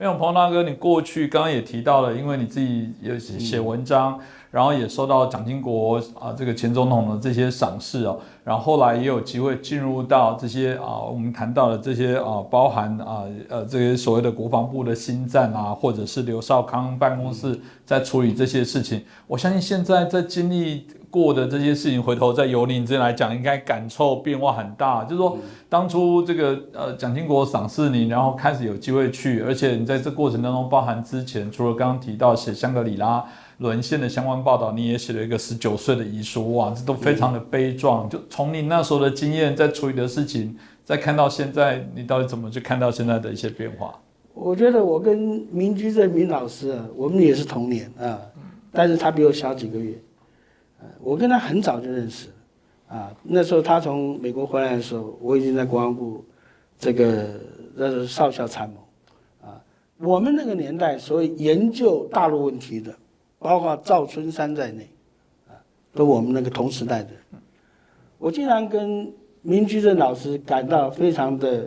没有，彭大哥，你过去刚刚也提到了，因为你自己有写文章，然后也受到蒋经国这个前总统的这些赏识哦，然后后来也有机会进入到这些我们谈到的这些包含这些所谓的国防部的新战或者是刘少康办公室在处理这些事情，我相信现在在经历过的这些事情，回头在由您这边来讲，应该感受变化很大。就是说，当初这个蒋经国赏识你，然后开始有机会去，而且你在这过程当中，包含之前除了刚刚提到写香格里拉沦陷的相关报道，你也写了一个19岁的遗书，哇，这都非常的悲壮。就从你那时候的经验，在处理的事情，再看到现在，你到底怎么去看到现在的一些变化？ 我觉得我跟明居正明老师我们也是同年但是他比我小几个月。我跟他很早就认识那时候他从美国回来的时候，我已经在国防部那是少校参谋我们那个年代所谓研究大陆问题的，包括赵春山在内都我们那个同时代的人。我经常跟明居正老师感到非常的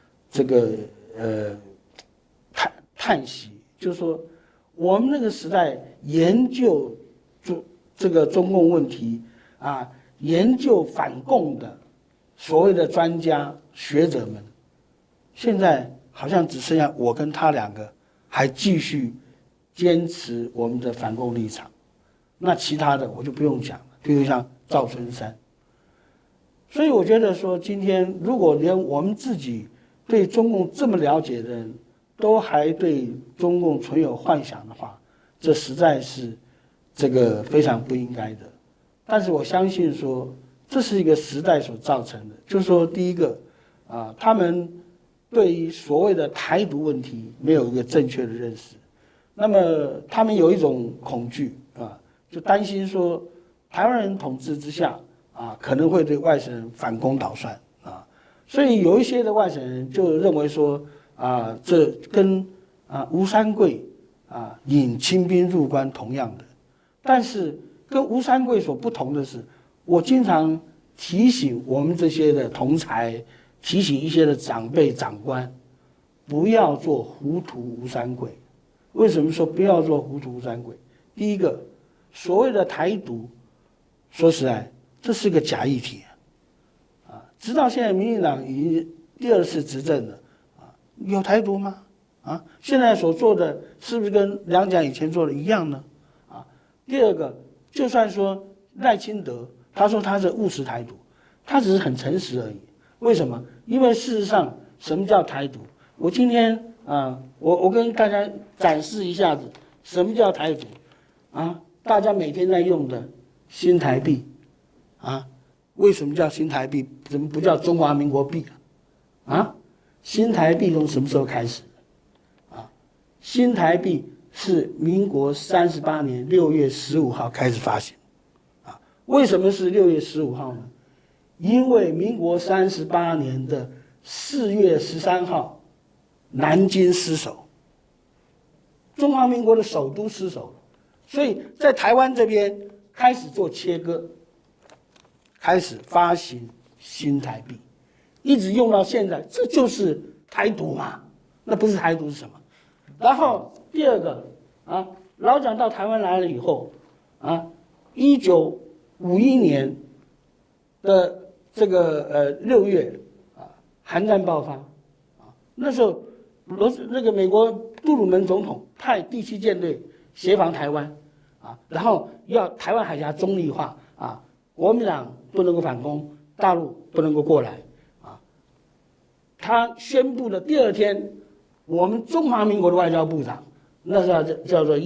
叹息，就是说我们那个时代研究这个中共问题研究反共的所谓的专家学者们，现在好像只剩下我跟他两个还继续坚持我们的反共立场，那其他的我就不用讲了，比如像赵春山。所以我觉得说，今天如果连我们自己对中共这么了解的人都还对中共存有幻想的话，这实在是非常不应该的。但是我相信说，这是一个时代所造成的，就是说，第一个他们对于所谓的台独问题没有一个正确的认识，那么他们有一种恐惧就担心说台湾人统治之下可能会对外省人反攻倒算所以有一些的外省人就认为说这跟吴三桂引清兵入关同样的，但是跟吴三桂所不同的是，我经常提醒我们这些的同才，提醒一些的长辈长官，不要做糊涂吴三桂。为什么说不要做糊涂吴三桂？第一个，所谓的台独，说实在，这是个假议题直到现在民进党已经第2次执政了有台独吗？现在所做的是不是跟两蒋以前做的一样呢？第二个，就算说赖清德他说他是务实台独，他只是很诚实而已。为什么？因为事实上，什么叫台独？我今天我跟大家展示一下子什么叫台独大家每天在用的新台币为什么叫新台币？怎么不叫中华民国币新台币从什么时候开始新台币是民国38年6月15号开始发行为什么是6月15号呢？因为民国38年的4月13号南京失守，中华民国的首都失守了，所以在台湾这边开始做切割，开始发行新台币，一直用到现在，这就是台独嘛？那不是台独是什么？然后第二个老蒋到台湾来了以后1951年的6月韩战爆发那时候美国杜鲁门总统派第7舰队协防台湾然后要台湾海峡中立化国民党不能够反攻，大陆不能够过来他宣布的第2天，我们中华民国的外交部长那时候叫做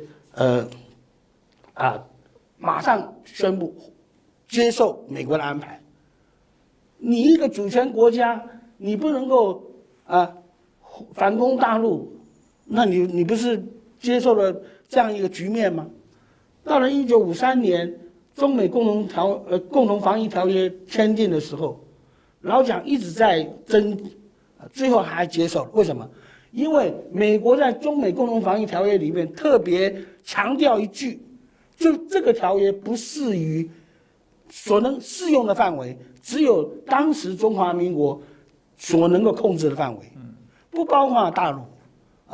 马上宣布接受美国的安排。你一个主权国家，你不能够反攻大陆，那你不是接受了这样一个局面吗？到了1953年，中美共同防疫条约签订的时候，老蒋一直在争，最后还接受了。为什么？因为美国在中美共同防疫条约里面特别强调一句，就这个条约不适于所能适用的范围，只有当时中华民国所能够控制的范围，不包括大陆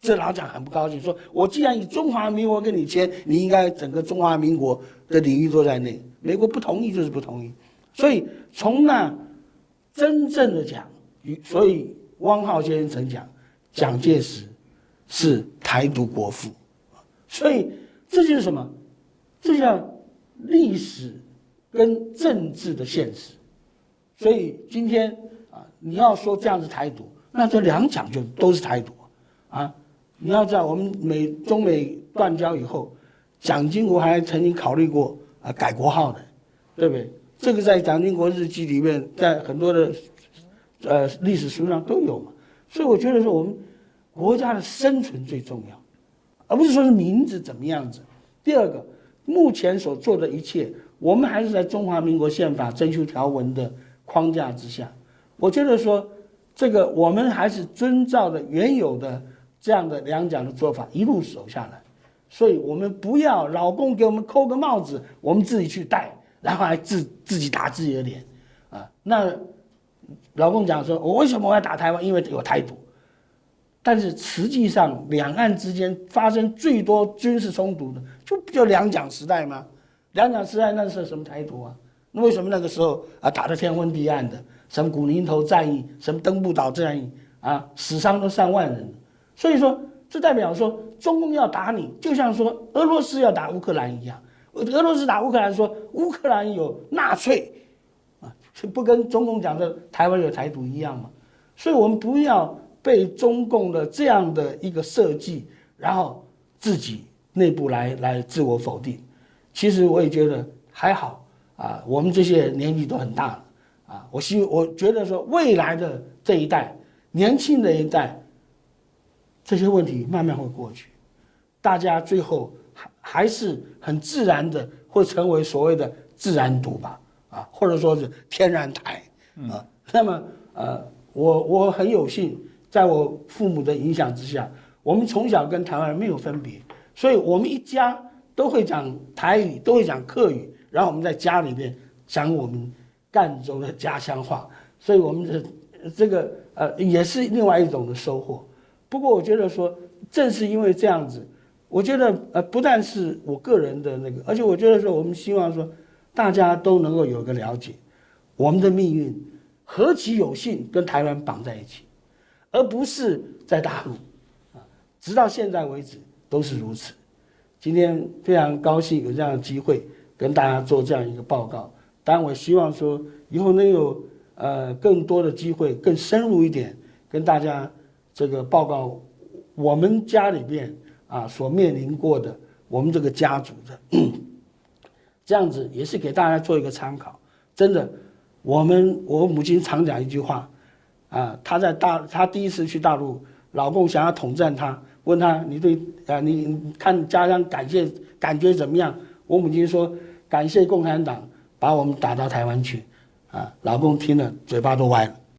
这老蒋很不高兴，说我既然以中华民国跟你签，你应该整个中华民国的领域都在内。美国不同意就是不同意，所以从那真正的讲，所以汪浩先生曾讲，蒋介石是台独国父，所以这就是什么？这叫历史跟政治的现实。所以今天你要说这样是台独，那这两蒋就都是台独啊！你要知道，我们中美断交以后，蒋经国还曾经考虑过改国号的，对不对？这个在蒋经国日记里面，在很多的历史书上都有嘛。所以我觉得说，我们国家的生存最重要，而不是说是名字怎么样子。第二个，目前所做的一切，我们还是在中华民国宪法增修条文的框架之下。我觉得说，这个我们还是遵照的原有的这样的两蒋的做法一路走下来，所以我们不要老公给我们扣个帽子，我们自己去戴，然后还自己打自己的脸啊。那老公讲说，我为什么我要打台湾？因为有台独。但是实际上，两岸之间发生最多军事冲突的，就两蒋时代吗？两蒋时代那是什么台独啊？那为什么那个时候打得天昏地暗的？什么古宁头战役，什么登步岛战役死伤都上万人。所以说，这代表说中共要打你，就像说俄罗斯要打乌克兰一样。俄罗斯打乌克兰说乌克兰有纳粹不跟中共讲的台湾有台独一样吗？所以我们不要被中共的这样的一个设计，然后自己内部来自我否定。其实我也觉得还好我们这些年纪都很大了我觉得说未来的这一代年轻的一代，这些问题慢慢会过去，大家最后还是很自然的会成为所谓的自然独吧或者说是天然台那么我很有幸，在我父母的影响之下，我们从小跟台湾人没有分别，所以我们一家都会讲台语，都会讲客语，然后我们在家里面讲我们赣州的家乡话，所以我们的这个也是另外一种的收获。不过我觉得说，正是因为这样子，我觉得不但是我个人的那个，而且我觉得说，我们希望说大家都能够有个了解，我们的命运何其有幸跟台湾绑在一起，而不是在大陆直到现在为止都是如此。今天非常高兴有这样的机会跟大家做这样一个报告，当然我希望说以后能有更多的机会，更深入一点跟大家这个报告我们家里边所面临过的我们这个家族的这样子也是给大家做一个参考。真的，我母亲常讲一句话她第一次去大陆，老公想要统战她，问她你看家乡感觉怎么样？我母亲说感谢共产党把我们打到台湾去老公听了嘴巴都歪了。